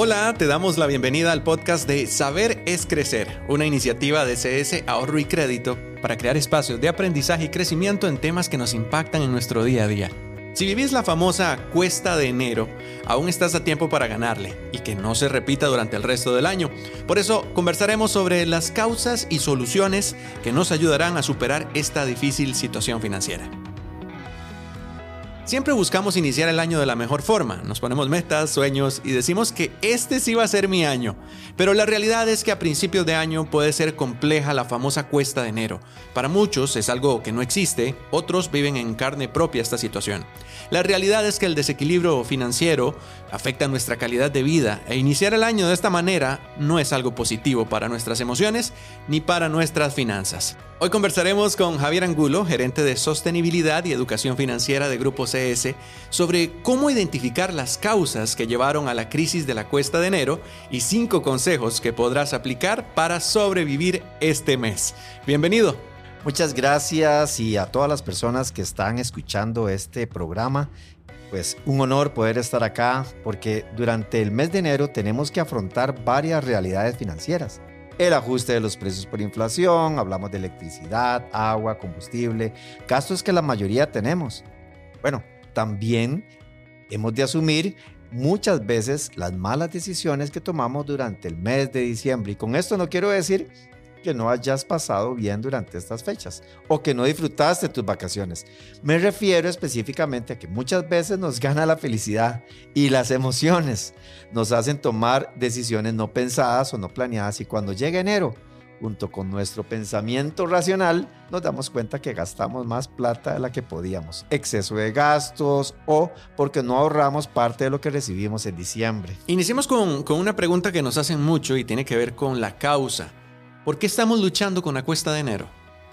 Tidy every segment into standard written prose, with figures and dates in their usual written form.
Hola, te damos la bienvenida al podcast de Saber es Crecer, una iniciativa de CS Ahorro y Crédito para crear espacios de aprendizaje y crecimiento en temas que nos impactan en nuestro día a día. Si vivís la famosa cuesta de enero, aún estás a tiempo para ganarle y que no se repita durante el resto del año. Por eso conversaremos sobre las causas y soluciones que nos ayudarán a superar esta difícil situación financiera. Siempre buscamos iniciar el año de la mejor forma, nos ponemos metas, sueños y decimos que este sí va a ser mi año. Pero la realidad es que a principios de año puede ser compleja la famosa cuesta de enero. Para muchos es algo que no existe, otros viven en carne propia esta situación. La realidad es que el desequilibrio financiero afecta nuestra calidad de vida e iniciar el año de esta manera no es algo positivo para nuestras emociones ni para nuestras finanzas. Hoy conversaremos con Javier Angulo, gerente de Sostenibilidad y Educación Financiera de Grupo CS, sobre cómo identificar las causas que llevaron a la crisis de la cuesta de enero y 5 consejos que podrás aplicar para sobrevivir este mes. Bienvenido. Muchas gracias y a todas las personas que están escuchando este programa. Pues un honor poder estar acá porque durante el mes de enero tenemos que afrontar varias realidades financieras. El ajuste de los precios por inflación, hablamos de electricidad, agua, combustible, gastos que la mayoría tenemos. Bueno, también hemos de asumir muchas veces las malas decisiones que tomamos durante el mes de diciembre. Y con esto no quiero decir que no hayas pasado bien durante estas fechas o que no disfrutaste tus vacaciones. Me refiero específicamente a que muchas veces nos gana la felicidad y las emociones nos hacen tomar decisiones no pensadas o no planeadas, y cuando llega enero, junto con nuestro pensamiento racional, nos damos cuenta que gastamos más plata de la que podíamos, exceso de gastos o porque no ahorramos parte de lo que recibimos en diciembre. Iniciemos con una pregunta que nos hacen mucho y tiene que ver con la causa. ¿Por qué estamos luchando con la cuesta de enero?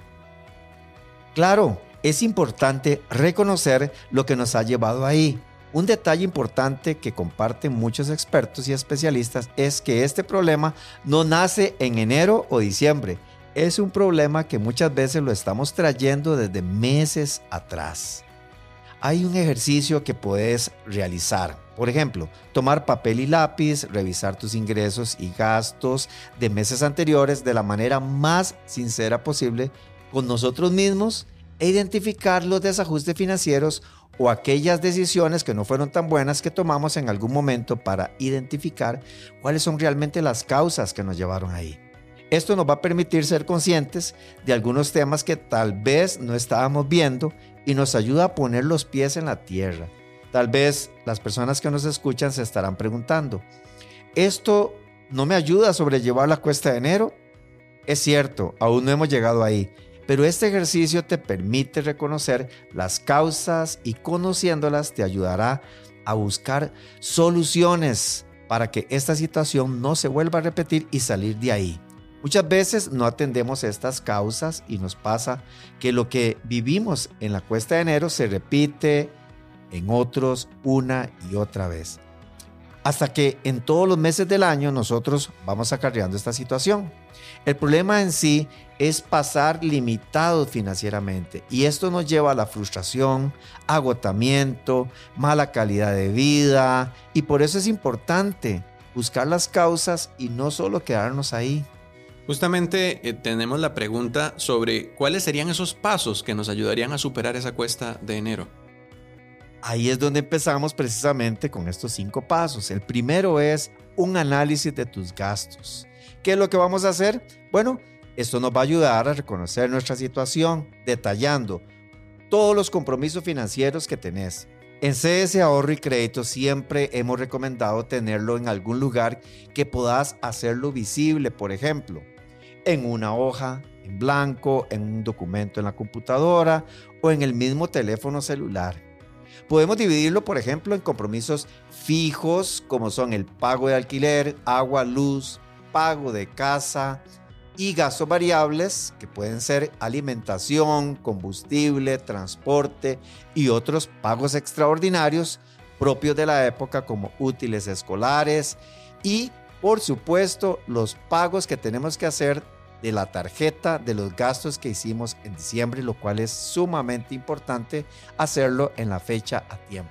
Claro, es importante reconocer lo que nos ha llevado ahí. Un detalle importante que comparten muchos expertos y especialistas es que este problema no nace en enero o diciembre. Es un problema que muchas veces lo estamos trayendo desde meses atrás. Hay un ejercicio que puedes realizar. Por ejemplo, tomar papel y lápiz, revisar tus ingresos y gastos de meses anteriores de la manera más sincera posible con nosotros mismos e identificar los desajustes financieros o aquellas decisiones que no fueron tan buenas que tomamos en algún momento para identificar cuáles son realmente las causas que nos llevaron ahí. Esto nos va a permitir ser conscientes de algunos temas que tal vez no estábamos viendo y nos ayuda a poner los pies en la tierra. Tal vez las personas que nos escuchan se estarán preguntando, ¿esto no me ayuda a sobrellevar la cuesta de enero? Es cierto, aún no hemos llegado ahí, pero este ejercicio te permite reconocer las causas y conociéndolas te ayudará a buscar soluciones para que esta situación no se vuelva a repetir y salir de ahí. Muchas veces no atendemos estas causas y nos pasa que lo que vivimos en la cuesta de enero se repite en otros una y otra vez. Hasta que en todos los meses del año nosotros vamos acarreando esta situación. El problema en sí es pasar limitados financieramente y esto nos lleva a la frustración, agotamiento, mala calidad de vida, y por eso es importante buscar las causas y no solo quedarnos ahí. Justamente tenemos la pregunta sobre cuáles serían esos pasos que nos ayudarían a superar esa cuesta de enero. Ahí es donde empezamos precisamente con estos 5 pasos. El primero es un análisis de tus gastos. ¿Qué es lo que vamos a hacer? Bueno, esto nos va a ayudar a reconocer nuestra situación, detallando todos los compromisos financieros que tenés. En CS Ahorro y Crédito siempre hemos recomendado tenerlo en algún lugar que puedas hacerlo visible, por ejemplo, en una hoja en blanco, en un documento en la computadora o en el mismo teléfono celular. Podemos dividirlo, por ejemplo, en compromisos fijos, como son el pago de alquiler, agua, luz, pago de casa, y gastos variables, que pueden ser alimentación, combustible, transporte y otros pagos extraordinarios propios de la época, como útiles escolares y, por supuesto, los pagos que tenemos que hacer de la tarjeta de los gastos que hicimos en diciembre, lo cual es sumamente importante hacerlo en la fecha a tiempo.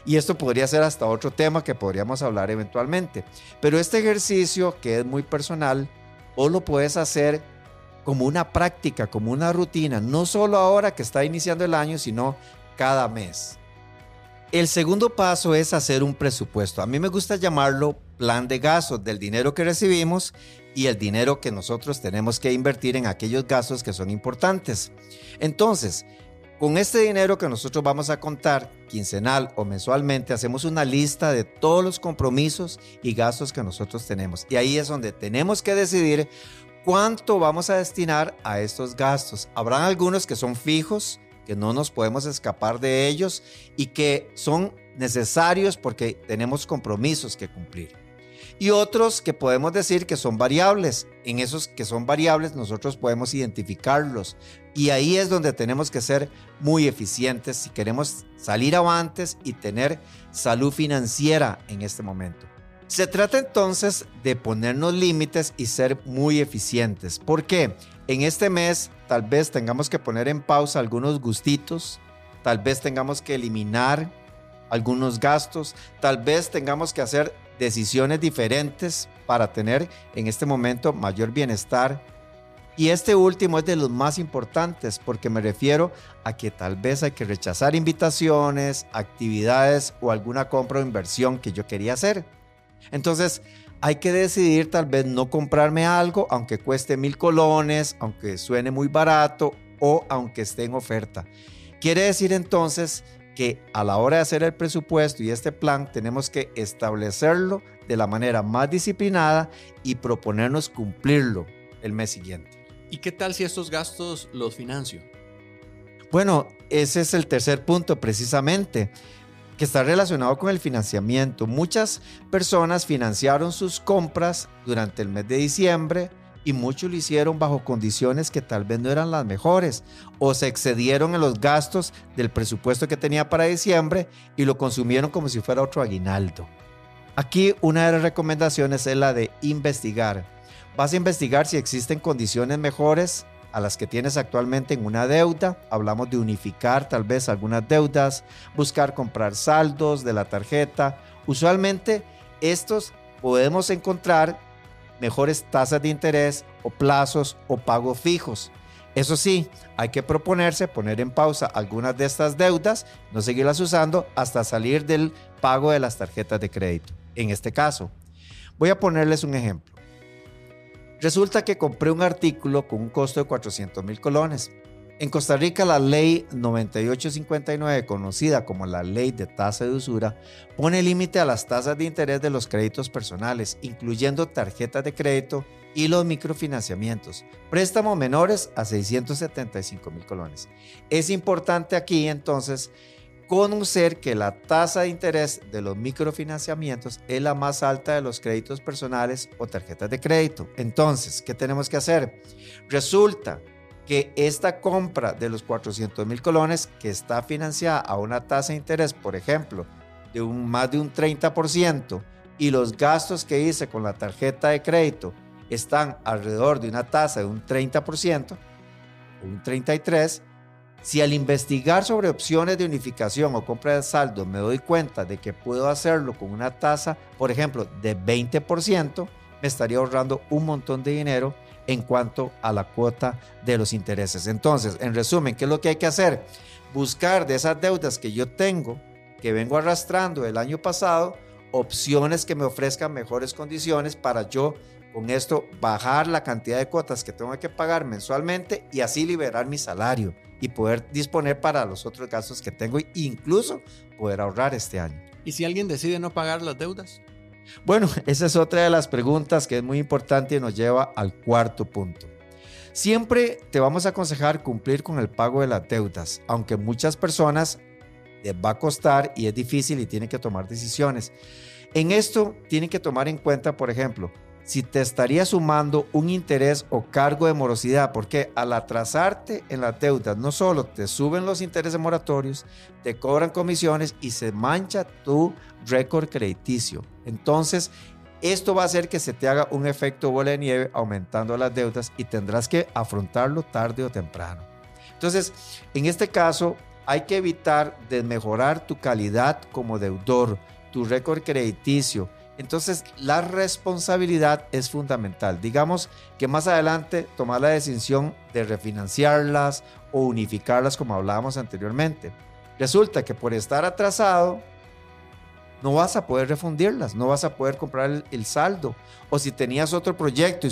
Y esto podría ser hasta otro tema que podríamos hablar eventualmente. Pero este ejercicio, que es muy personal, vos lo puedes hacer como una práctica, como una rutina, no solo ahora que está iniciando el año, sino cada mes. El segundo paso es hacer un presupuesto. A mí me gusta llamarlo plan de gastos del dinero que recibimos y el dinero que nosotros tenemos que invertir en aquellos gastos que son importantes. Entonces, con este dinero que nosotros vamos a contar quincenal o mensualmente, hacemos una lista de todos los compromisos y gastos que nosotros tenemos. Y ahí es donde tenemos que decidir cuánto vamos a destinar a estos gastos. Habrán algunos que son fijos, que no nos podemos escapar de ellos y que son necesarios porque tenemos compromisos que cumplir. Y otros que podemos decir que son variables. En esos que son variables nosotros podemos identificarlos. Y ahí es donde tenemos que ser muy eficientes si queremos salir avantes y tener salud financiera en este momento. Se trata entonces de ponernos límites y ser muy eficientes. ¿Por qué? En este mes tal vez tengamos que poner en pausa algunos gustitos, tal vez tengamos que eliminar algunos gastos, tal vez tengamos que hacer decisiones diferentes para tener en este momento mayor bienestar. Y este último es de los más importantes porque me refiero a que tal vez hay que rechazar invitaciones, actividades o alguna compra o inversión que yo quería hacer. Entonces hay que decidir tal vez no comprarme algo aunque cueste 1,000 colones, aunque suene muy barato o aunque esté en oferta. Quiere decir entonces que a la hora de hacer el presupuesto y este plan tenemos que establecerlo de la manera más disciplinada y proponernos cumplirlo el mes siguiente. ¿Y qué tal si estos gastos los financio? Bueno, ese es el tercer punto precisamente, que está relacionado con el financiamiento. Muchas personas financiaron sus compras durante el mes de diciembre y muchos lo hicieron bajo condiciones que tal vez no eran las mejores o se excedieron en los gastos del presupuesto que tenía para diciembre y lo consumieron como si fuera otro aguinaldo. Aquí una de las recomendaciones es la de investigar. Vas a investigar si existen condiciones mejores a las que tienes actualmente en una deuda. Hablamos de unificar tal vez algunas deudas, buscar comprar saldos de la tarjeta. Usualmente estos podemos encontrar mejores tasas de interés o plazos o pagos fijos. Eso sí, hay que proponerse poner en pausa algunas de estas deudas, no seguirlas usando hasta salir del pago de las tarjetas de crédito. En este caso, voy a ponerles un ejemplo. Resulta que compré un artículo con un costo de 400,000 colones. En Costa Rica, la ley 9859, conocida como la ley de tasa de usura, pone límite a las tasas de interés de los créditos personales, incluyendo tarjetas de crédito y los microfinanciamientos, préstamos menores a 675,000 colones. Es importante aquí entonces conocer que la tasa de interés de los microfinanciamientos es la más alta de los créditos personales o tarjetas de crédito. Entonces, ¿qué tenemos que hacer? Resulta que esta compra de los 400,000 colones que está financiada a una tasa de interés, por ejemplo, de más de un 30% y los gastos que hice con la tarjeta de crédito están alrededor de una tasa de un 30% o un 33%, si al investigar sobre opciones de unificación o compra de saldo me doy cuenta de que puedo hacerlo con una tasa, por ejemplo, de 20%, me estaría ahorrando un montón de dinero en cuanto a la cuota de los intereses. Entonces, en resumen, ¿qué es lo que hay que hacer? Buscar de esas deudas que yo tengo, que vengo arrastrando el año pasado, opciones que me ofrezcan mejores condiciones para yo con esto bajar la cantidad de cuotas que tengo que pagar mensualmente y así liberar mi salario y poder disponer para los otros gastos que tengo e incluso poder ahorrar este año. ¿Y si alguien decide no pagar las deudas? Bueno, esa es otra de las preguntas que es muy importante y nos lleva al cuarto punto. Siempre te vamos a aconsejar cumplir con el pago de las deudas, aunque muchas personas les va a costar y es difícil y tienen que tomar decisiones. En esto tienen que tomar en cuenta, por ejemplo, si te estaría sumando un interés o cargo de morosidad, porque al atrasarte en las deudas no solo te suben los intereses moratorios, te cobran comisiones y se mancha tu récord crediticio. Entonces, esto va a hacer que se te haga un efecto bola de nieve aumentando las deudas y tendrás que afrontarlo tarde o temprano. Entonces, en este caso, hay que evitar desmejorar tu calidad como deudor, tu récord crediticio. Entonces, la responsabilidad es fundamental. Digamos que más adelante tomar la decisión de refinanciarlas o unificarlas como hablábamos anteriormente. Resulta que por estar atrasado, no vas a poder refundirlas, no vas a poder comprar el saldo. O si tenías otro proyecto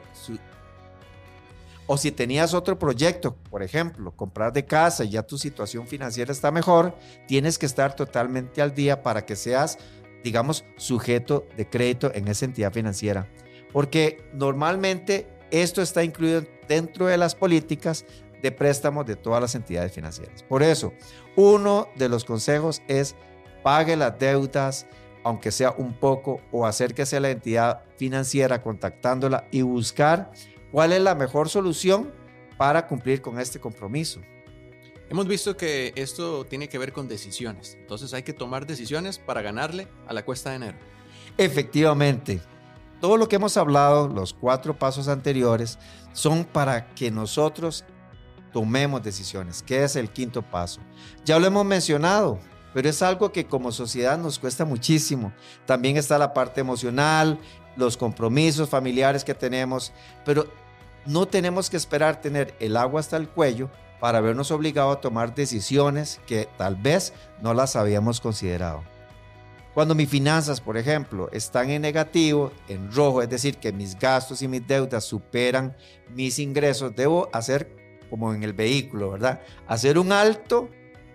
por ejemplo, comprar de casa y ya tu situación financiera está mejor, tienes que estar totalmente al día para que seas, digamos, sujeto de crédito en esa entidad financiera. Porque normalmente esto está incluido dentro de las políticas de préstamos de todas las entidades financieras. Por eso, uno de los consejos es pague las deudas, aunque sea un poco, o acérquese a la entidad financiera contactándola y buscar cuál es la mejor solución para cumplir con este compromiso. Hemos visto que esto tiene que ver con decisiones, entonces hay que tomar decisiones para ganarle a la cuesta de enero. Efectivamente, todo lo que hemos hablado, los 4 pasos anteriores, son para que nosotros tomemos decisiones, que es el 5º paso. Ya lo hemos mencionado, pero es algo que como sociedad nos cuesta muchísimo. También está la parte emocional, los compromisos familiares que tenemos, pero no tenemos que esperar tener el agua hasta el cuello para vernos obligados a tomar decisiones que tal vez no las habíamos considerado. Cuando mis finanzas, por ejemplo, están en negativo, en rojo, es decir, que mis gastos y mis deudas superan mis ingresos, debo hacer como en el vehículo, ¿verdad? Hacer un alto,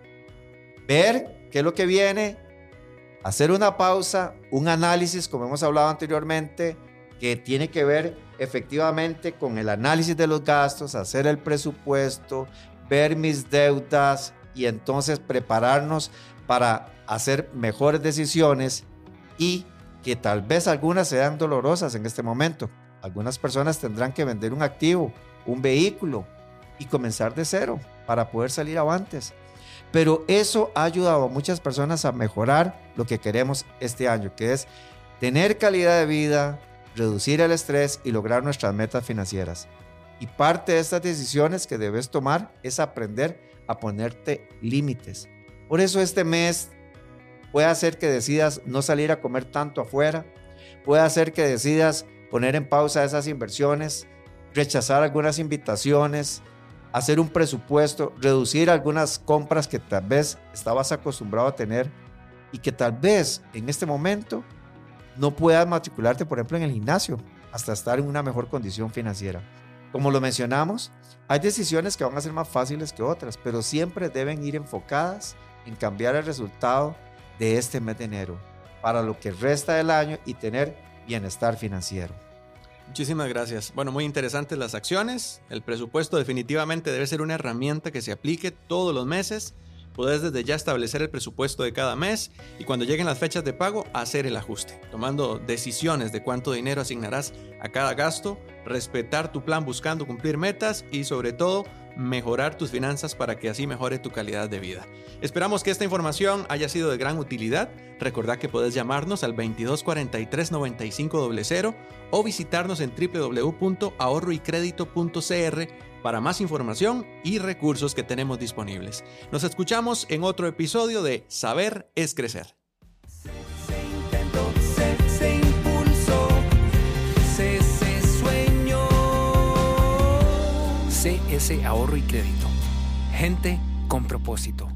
ver qué es lo que viene, hacer una pausa, un análisis, como hemos hablado anteriormente, que tiene que ver efectivamente con el análisis de los gastos, hacer el presupuesto, ver mis deudas y entonces prepararnos para hacer mejores decisiones y que tal vez algunas sean dolorosas en este momento. Algunas personas tendrán que vender un activo, un vehículo y comenzar de cero para poder salir avantes. Pero eso ha ayudado a muchas personas a mejorar lo que queremos este año, que es tener calidad de vida, reducir el estrés y lograr nuestras metas financieras. Y parte de estas decisiones que debes tomar es aprender a ponerte límites. Por eso este mes puede hacer que decidas no salir a comer tanto afuera, puede hacer que decidas poner en pausa esas inversiones, rechazar algunas invitaciones, hacer un presupuesto, reducir algunas compras que tal vez estabas acostumbrado a tener y que tal vez en este momento no puedas matricularte, por ejemplo, en el gimnasio hasta estar en una mejor condición financiera. Como lo mencionamos, hay decisiones que van a ser más fáciles que otras, pero siempre deben ir enfocadas en cambiar el resultado de este mes de enero para lo que resta del año y tener bienestar financiero. Muchísimas gracias. Bueno, muy interesantes las acciones. El presupuesto definitivamente debe ser una herramienta que se aplique todos los meses. Puedes desde ya establecer el presupuesto de cada mes y cuando lleguen las fechas de pago hacer el ajuste, tomando decisiones de cuánto dinero asignarás a cada gasto, respetar tu plan buscando cumplir metas y sobre todo mejorar tus finanzas para que así mejore tu calidad de vida. Esperamos que esta información haya sido de gran utilidad. Recordad que podés llamarnos al 2243-9500 o visitarnos en www.ahorroycredito.cr para más información y recursos que tenemos disponibles. Nos escuchamos en otro episodio de Saber es Crecer. Se intentó, se impulsó, se sueñó. CS Ahorro y Crédito. Gente con propósito.